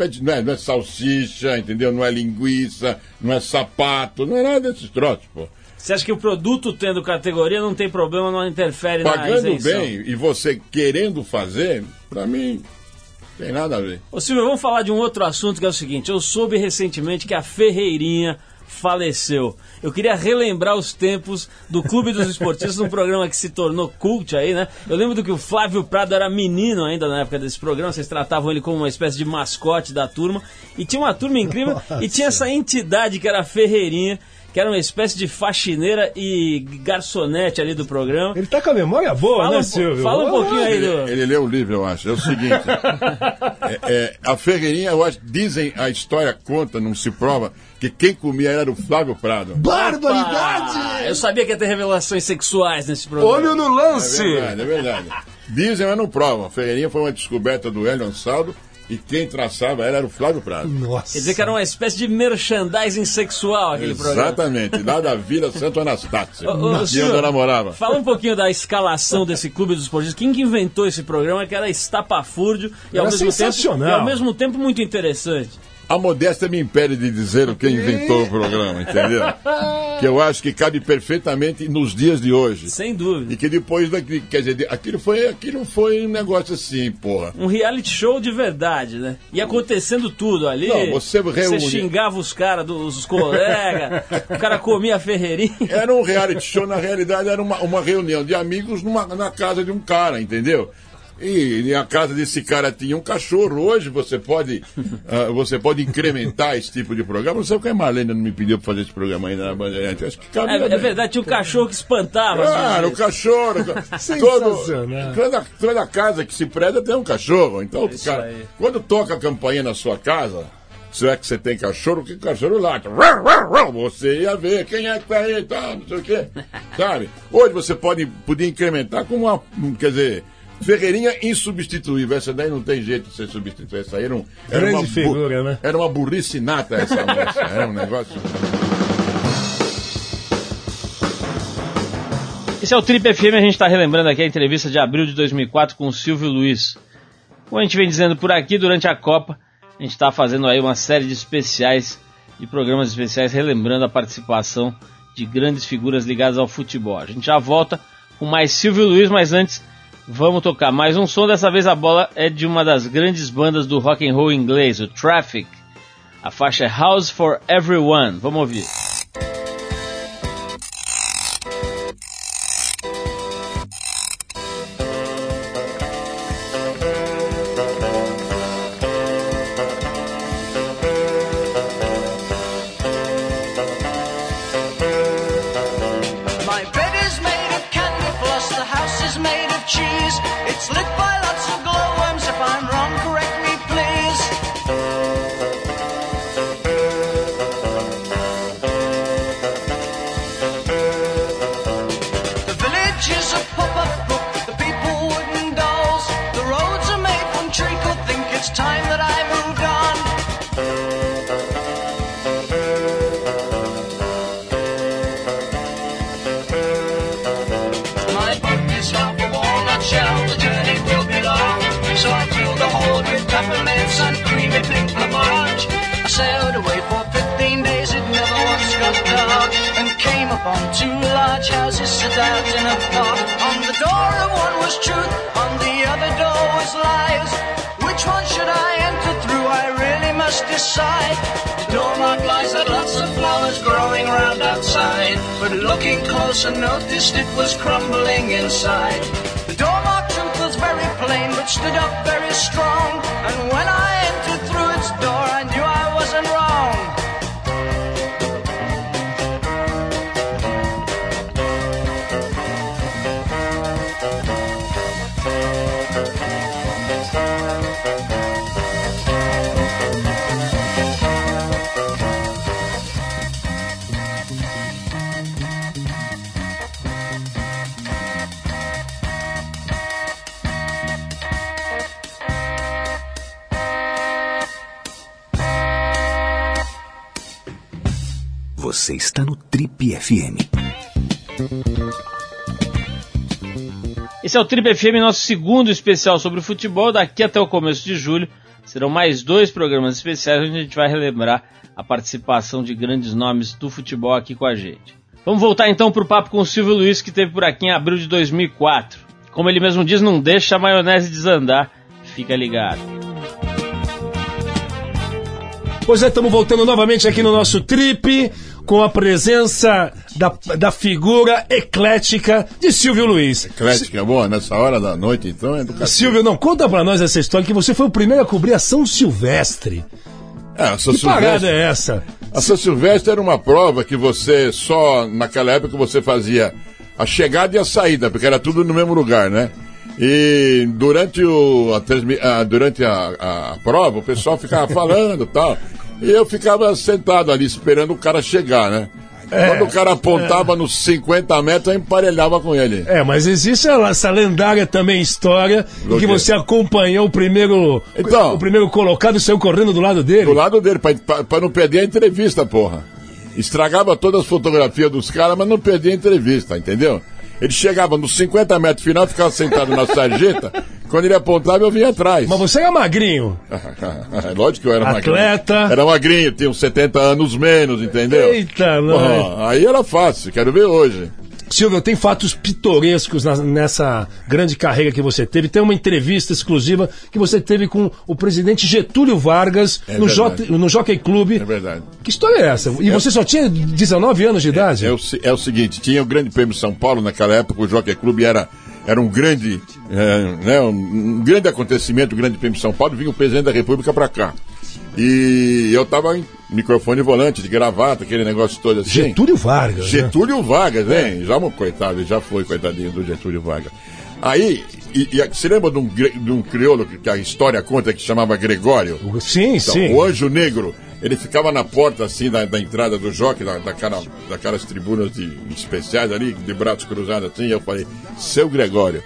salsicha, entendeu? Não é linguiça, não é sapato, não é nada desses troços, pô. Você acha que o produto tendo categoria não tem problema, não interfere na Pagando isenção? bem e você querendo fazer, pra mim, tem nada a ver. Ô Silvio, vamos falar de um outro assunto que é o seguinte. Eu soube recentemente que a Ferreirinha faleceu. Eu queria relembrar os tempos do Clube dos Esportistas, um programa que se tornou cult aí, né? Eu lembro do que o Flávio Prado era menino ainda na época desse programa, vocês tratavam ele como uma espécie de mascote da turma, e tinha uma turma incrível, e tinha essa entidade que era a Ferreirinha, que era uma espécie de faxineira e garçonete ali do programa. Ele tá com a memória boa, Fala né, Silvio? Fala um pouquinho aí do... Ele leu o livro, eu acho. É o seguinte, a Ferreirinha, eu acho, dizem, a história conta, não se prova, que quem comia era o Flávio Prado. Barbaridade! Eu sabia que ia ter revelações sexuais nesse programa. Olho no lance! É verdade. Dizem, mas não provam. A Ferreirinha foi uma descoberta do Hélio Ansaldo e quem traçava ela era o Flávio Prado. Nossa. Quer dizer que era uma espécie de merchandising sexual aquele programa. Exatamente, lá da Vila Santo Anastácio, Ô, que senhor, onde ela morava. Fala um pouquinho da escalação desse Clube dos Esportistas. Quem que inventou esse programa, que era estapafúrdio e Era sensacional. ao mesmo tempo muito interessante. A modéstia me impede de dizer quem inventou o programa, entendeu? Que eu acho que cabe perfeitamente nos dias de hoje. Sem dúvida. E que depois daquilo, quer dizer, aquilo foi um negócio assim, porra. Um reality show de verdade, né? E acontecendo tudo ali. Não, você reúne- xingava os caras, os colegas, o cara comia a Ferreirinha. Era um reality show, na realidade era uma reunião de amigos na casa de um cara, entendeu? E a casa desse cara tinha um cachorro. Hoje você pode incrementar esse tipo de programa. Não sei porque a Marlene não me pediu pra fazer esse programa ainda na Bandeirantes. Acho que cabe. É verdade, tinha um cachorro que espantava. Claro, o cachorro. Sensacional. Toda casa que se preda tem um cachorro. Então, Isso cara, aí. quando toca a campainha na sua casa, se é que você tem cachorro, que o cachorro late. Você ia ver quem é que tá aí, tá, não sei o quê. Sabe? Hoje você podia incrementar com uma. Quer dizer. Ferreirinha insubstituível, essa daí não tem jeito de ser substituída. Essa aí era Grande uma figura, né? Era uma burrice nata essa moça. Era um negócio. Esse é o Trip FM, a gente está relembrando aqui a entrevista de abril de 2004 com o Silvio Luiz. Como a gente vem dizendo por aqui, durante a Copa, a gente está fazendo aí uma série de especiais, de programas especiais, relembrando a participação de grandes figuras ligadas ao futebol. A gente já volta com mais Silvio Luiz, mas antes vamos tocar mais um som. Dessa vez a bola é de uma das grandes bandas do rock and roll inglês, o Traffic. A faixa é House for Everyone. Vamos ouvir. My bed is made of candy floss, the house is made of cheese. It's lit by lots of glowworms. If I'm wrong, correct me, please. The village is a pop-up book, the people wooden dolls. The roads are made from treacle, think it's time that I moved on. My book is half a walnut shell, the journey will be long. So I filled the hold with peppermints and creamy pink blancmange. I sailed away for 15 days, it never once got dark, and came upon two large houses set out in a park. On the door of one was truth, on the other door was lies. Which one should I enter through? I really must decide. The door marked lies had lots of flowers growing round outside, but looking closer noticed it was crumbling inside. The door marked truth was very plain, but stood up very strong, and when I entered through its door, I knew I wasn't wrong. Você está no Trip FM. Esse é o Trip FM, nosso segundo especial sobre o futebol. Daqui até o começo de julho serão mais 2 programas especiais onde a gente vai relembrar a participação de grandes nomes do futebol aqui com a gente. Vamos voltar então para o papo com o Silvio Luiz, que esteve por aqui em abril de 2004. Como ele mesmo diz, não deixa a maionese desandar. Fica ligado. Pois é, estamos voltando novamente aqui no nosso Trip, com a presença da figura eclética de Silvio Luiz. Eclética, boa, nessa hora da noite, então, é do cacete. Silvio, não, conta pra nós essa história, que você foi o primeiro a cobrir a São Silvestre. Que parada é essa? A São Silvestre era uma prova que você só, naquela época, você fazia a chegada e a saída, porque era tudo no mesmo lugar, né? E durante a prova, o pessoal ficava falando e tal. E eu ficava sentado ali esperando o cara chegar, né? Quando o cara apontava nos 50 metros, eu emparelhava com ele. Mas existe essa lendária também história em que você acompanhou o primeiro colocado e saiu correndo do lado dele. Do lado dele, pra não perder a entrevista, porra. Estragava todas as fotografias dos caras, mas não perdia a entrevista, entendeu? Ele chegava nos 50 metros final, ficava sentado na sarjeta. Quando ele apontava, eu vinha atrás. Mas você era magrinho. Lógico que eu era Atleta. magrinho. Era magrinho, tinha uns 70 anos menos, entendeu? Eita, não. Aí era fácil, quero ver hoje. Silvio, tem fatos pitorescos nessa grande carreira que você teve. Tem uma entrevista exclusiva que você teve com o presidente Getúlio Vargas no Jockey Club. É verdade. Que história é essa? E você só tinha 19 anos de idade? É o seguinte, tinha o Grande Prêmio São Paulo naquela época, o Jockey Club era um grande, um grande acontecimento, o Grande Prêmio São Paulo, vinha o presidente da República pra cá. E eu tava em microfone volante, de gravata, aquele negócio todo assim. Getúlio Vargas. Getúlio Vargas, hein? Coitado, já foi, coitadinho do Getúlio Vargas. Aí, você lembra de um crioulo que a história conta que chamava Gregório? Sim, então, sim. O Anjo Negro, ele ficava na porta assim da entrada do jockey, daquelas tribunas especiais ali, de braços cruzados assim, e eu falei, seu Gregório,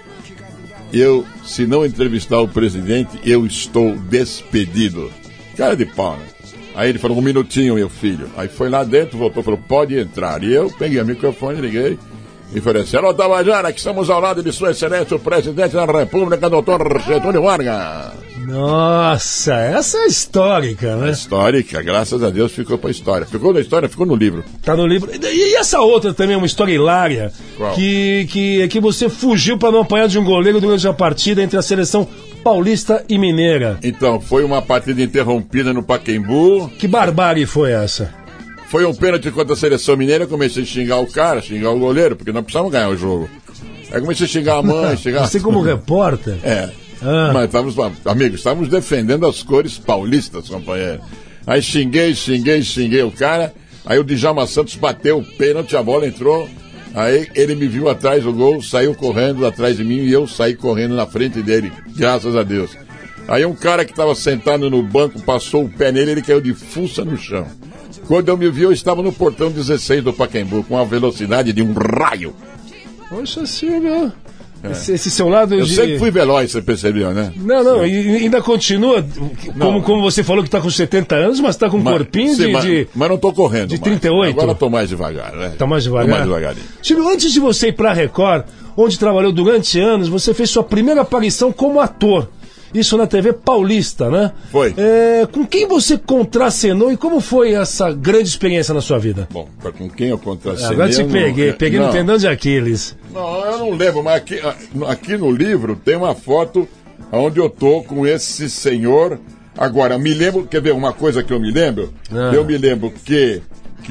se não entrevistar o presidente, eu estou despedido. Cara de pau, né? Aí ele falou, 1 minutinho, meu filho. Aí foi lá dentro, voltou, falou, pode entrar. E eu peguei o microfone, liguei e falei assim, alô, Tabajara, que estamos ao lado de sua excelência, o presidente da República, doutor Getúlio Vargas. Nossa, essa é histórica, né? Histórica, graças a Deus ficou pra história. Ficou na história, ficou no livro. Tá no livro. E essa outra também é uma história hilária. Qual? Que você fugiu para não apanhar de um goleiro durante a partida entre a seleção paulista e mineira. Então, foi uma partida interrompida no Pacaembu. Que barbárie foi essa? Foi um pênalti contra a seleção mineira, eu comecei a xingar o cara, xingar o goleiro, porque nós precisávamos ganhar o jogo. Aí comecei a xingar a mãe, xingar... Você como repórter? Mas estávamos defendendo as cores paulistas, companheiro. Aí xinguei o cara, aí o Djalma Santos bateu o pênalti, a bola entrou, aí ele me viu atrás do gol, saiu correndo atrás de mim e eu saí correndo na frente dele, graças a Deus. Aí um cara que estava sentado no banco passou o pé nele, ele caiu de fuça no chão. Quando eu me vi, eu estava no portão 16 do Pacaembu, com a velocidade de um raio. Poxa, Silvio, esse seu lado eu sempre fui veloz, você percebeu, né? Não, e ainda continua, como você falou que está com 70 anos, mas está com um corpinho mas não estou correndo de 38. Agora estou mais devagar, né? Está mais devagar? Estou mais devagarinho. Silvio, antes de você ir para a Record, onde trabalhou durante anos, você fez sua primeira aparição como ator. Isso na TV paulista, né? Foi. Com quem você contracenou e como foi essa grande experiência na sua vida? Bom, com quem eu contracenei... Agora te peguei no tendão de Aquiles. Não, eu não lembro, mas aqui no livro tem uma foto onde eu tô com esse senhor. Agora, me lembro, quer ver uma coisa que eu me lembro? Eu me lembro que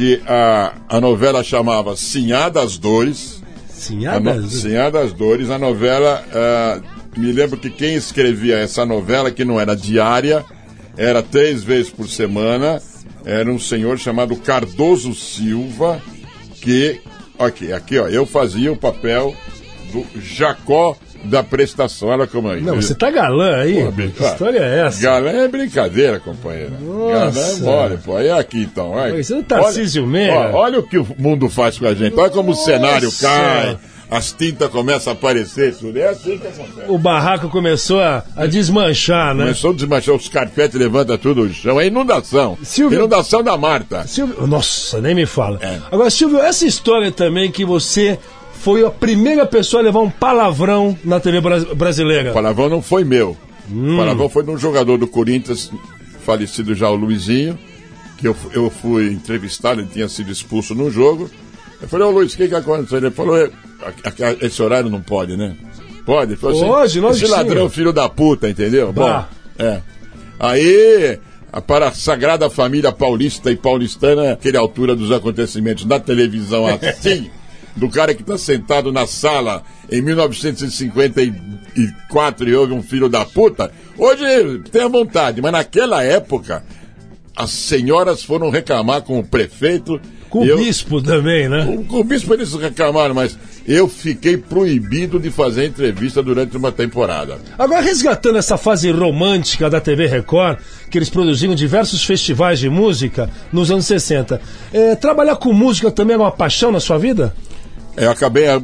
a novela chamava Sinhá das Dores. Sinhá das Dores, a novela... me lembro que quem escrevia essa novela, que não era diária, era 3 vezes por semana, era um senhor chamado Cardoso Silva, que, aqui, eu fazia o papel do Jacó da prestação. Olha como é. Não, você tá galã aí? Pô, que história é essa? Galã é brincadeira, companheira. Nossa. Galã é mole, pô. Aí aqui, então. Você não tá Tarcísio Meira? Olha o que o mundo faz com a gente. Olha como o cenário cai. as tintas começam a aparecer, tudo. É assim que acontece. O barraco começou a desmanchar, né? Começou a desmanchar, os carpetes levanta tudo o chão. É inundação. Silvio- Inundação da Marta. Silvio, nossa, nem me fala. É. Agora, Silvio, essa história também que você foi a primeira pessoa a levar um palavrão na TV brasileira. O palavrão não foi meu. O palavrão foi de um jogador do Corinthians, falecido já, o Luizinho, que eu fui entrevistado, ele tinha sido expulso no jogo. Eu falei, ô Luiz, o que aconteceu? Ele falou, esse horário não pode, né? Pode? Ele falou assim, Hoje, nós esse ladrão, filho da puta, entendeu? Bah. Bom, Aí, para a Sagrada Família Paulista e Paulistana, aquele altura dos acontecimentos na televisão assim, do cara que está sentado na sala em 1954 e houve um filho da puta, hoje tem a vontade, mas naquela época as senhoras foram reclamar com o prefeito. Com o bispo também, né? Com o bispo eles reclamaram, mas eu fiquei proibido de fazer entrevista durante uma temporada. Agora, resgatando essa fase romântica da TV Record, que eles produziram diversos festivais de música nos anos 60, trabalhar com música também era uma paixão na sua vida? Eu acabei, a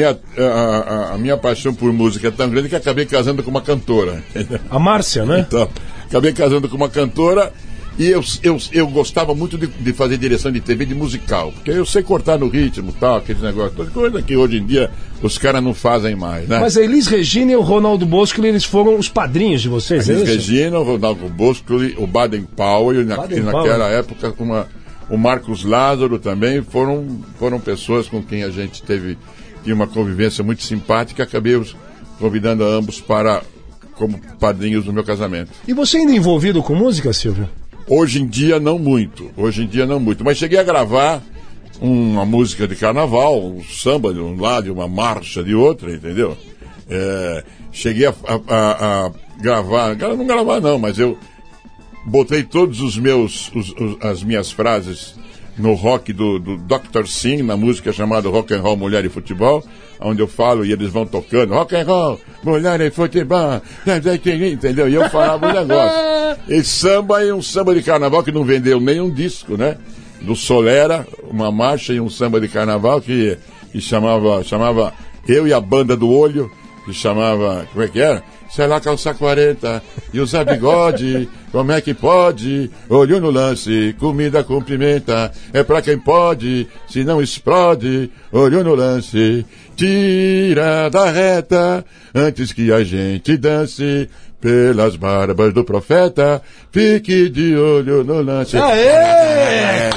minha paixão por música é tão grande que acabei casando com uma cantora. A Márcia, né? Então, acabei casando com uma cantora e eu gostava muito de fazer direção de TV de musical, porque eu sei cortar no ritmo, tal, aquele negócio, toda coisa que hoje em dia os caras não fazem mais, né? Mas a Elis Regina e o Ronaldo Bosco, eles foram os padrinhos de vocês, Elis é isso? Regina, o Ronaldo Bosco, o Baden Powell, naquela época o Marcos Lázaro também, foram pessoas com quem a gente tinha uma convivência muito simpática, acabei os convidando a ambos como padrinhos do meu casamento. E você ainda envolvido com música, Silvio? Hoje em dia não muito, mas cheguei a gravar uma música de carnaval, um samba de um lado e uma marcha de outro, entendeu? Cheguei a gravar, não gravar não, mas eu botei todos as minhas frases no rock do Dr. Sim, na música chamada Rock and Roll, Mulher e Futebol, onde eu falo e eles vão tocando Rock and Roll, Mulher e Futebol, entendeu? E eu falava um negócio. E samba é um samba de carnaval que não vendeu nenhum disco, né? Do Solera, uma marcha e um samba de carnaval que chamava Eu e a Banda do Olho, que chamava, como é que era? Sei lá, calça 40 e usar bigode, como é que pode? Olho no lance, comida cumprimenta, é pra quem pode, se não explode, olho no lance, tira da reta, antes que a gente dance, pelas barbas do profeta, fique de olho no lance. Aê!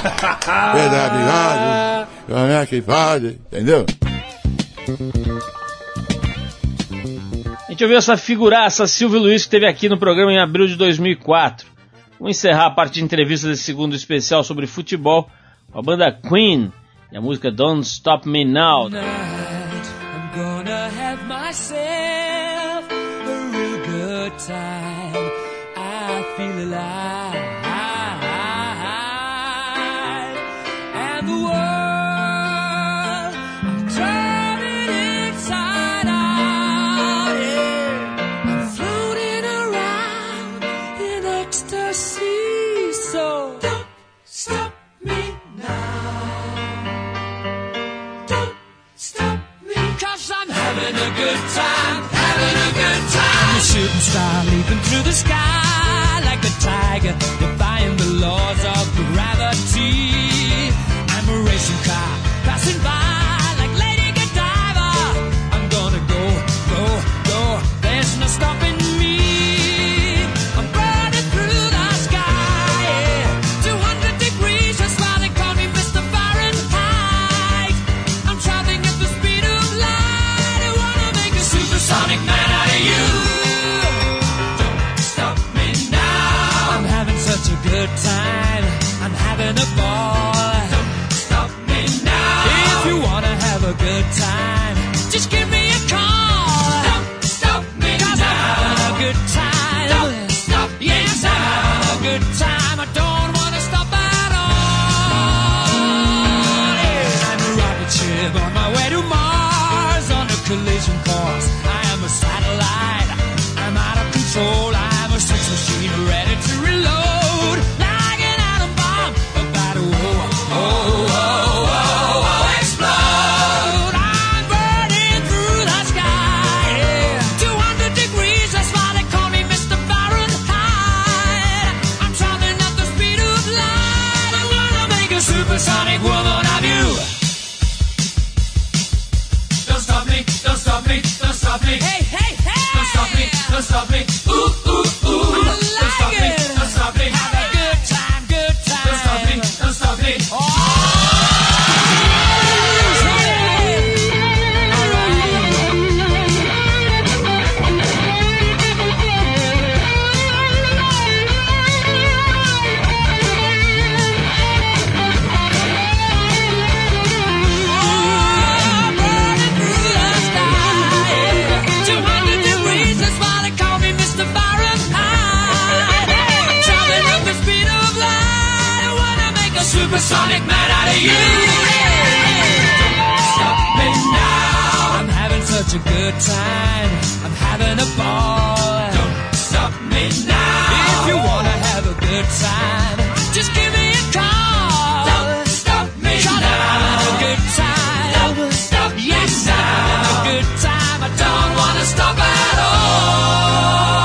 Bigode, como é que pode? Entendeu? A gente ouviu essa figuraça, Silvio Luiz, que esteve aqui no programa em abril de 2004. Vamos encerrar a parte de entrevista desse segundo especial sobre futebol com a banda Queen e a música Don't Stop Me Now. I'm gonna have myself a real good time. I feel alive. And the world, I'm turning inside out. Yeah. I'm floating around in ecstasy. So don't stop me now. Don't stop me. 'Cause I'm having a good time, having a good time. I'm a shooting star leaping through the sky like a tiger, defying the laws of gravity. I'm a racing supersonic woman of you. Don't stop me, don't stop me, don't stop me. Hey, hey, hey! Don't stop me, don't stop me. Ooh, ooh, ooh. I like don't stop me, don't stop me. Have a good time, good time. Don't stop me, don't stop me. Oh! Supersonic man out of you. Don't stop me now. I'm having such a good time. I'm having a ball. Don't stop me now. If you wanna have a good time, just give me a call. Don't stop me now. I'm having a good time. Don't stop me now. Yes, I'm having a good time. I don't wanna stop at all.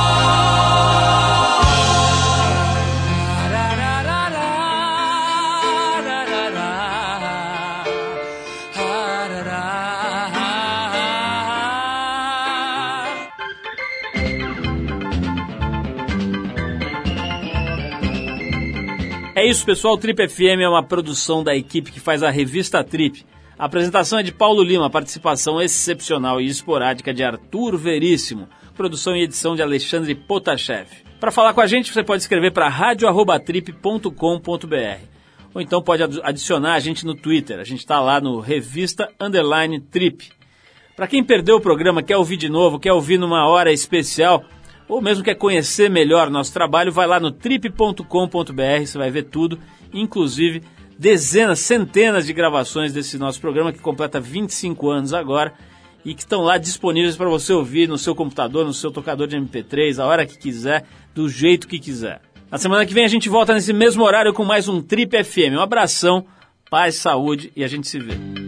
É isso, pessoal. O Trip FM é uma produção da equipe que faz a revista Trip. A apresentação é de Paulo Lima, a participação excepcional e esporádica de Arthur Veríssimo, produção e edição de Alexandre Potashev. Para falar com a gente, você pode escrever para radio@trip.com.br ou então pode adicionar a gente no Twitter. A gente está lá no revista_trip. Para quem perdeu o programa, quer ouvir de novo, quer ouvir numa hora especial, ou mesmo quer conhecer melhor nosso trabalho, vai lá no trip.com.br, você vai ver tudo, inclusive dezenas, centenas de gravações desse nosso programa que completa 25 anos agora e que estão lá disponíveis para você ouvir no seu computador, no seu tocador de MP3, a hora que quiser, do jeito que quiser. Na semana que vem a gente volta nesse mesmo horário com mais um Trip FM. Um abração, paz, saúde e a gente se vê.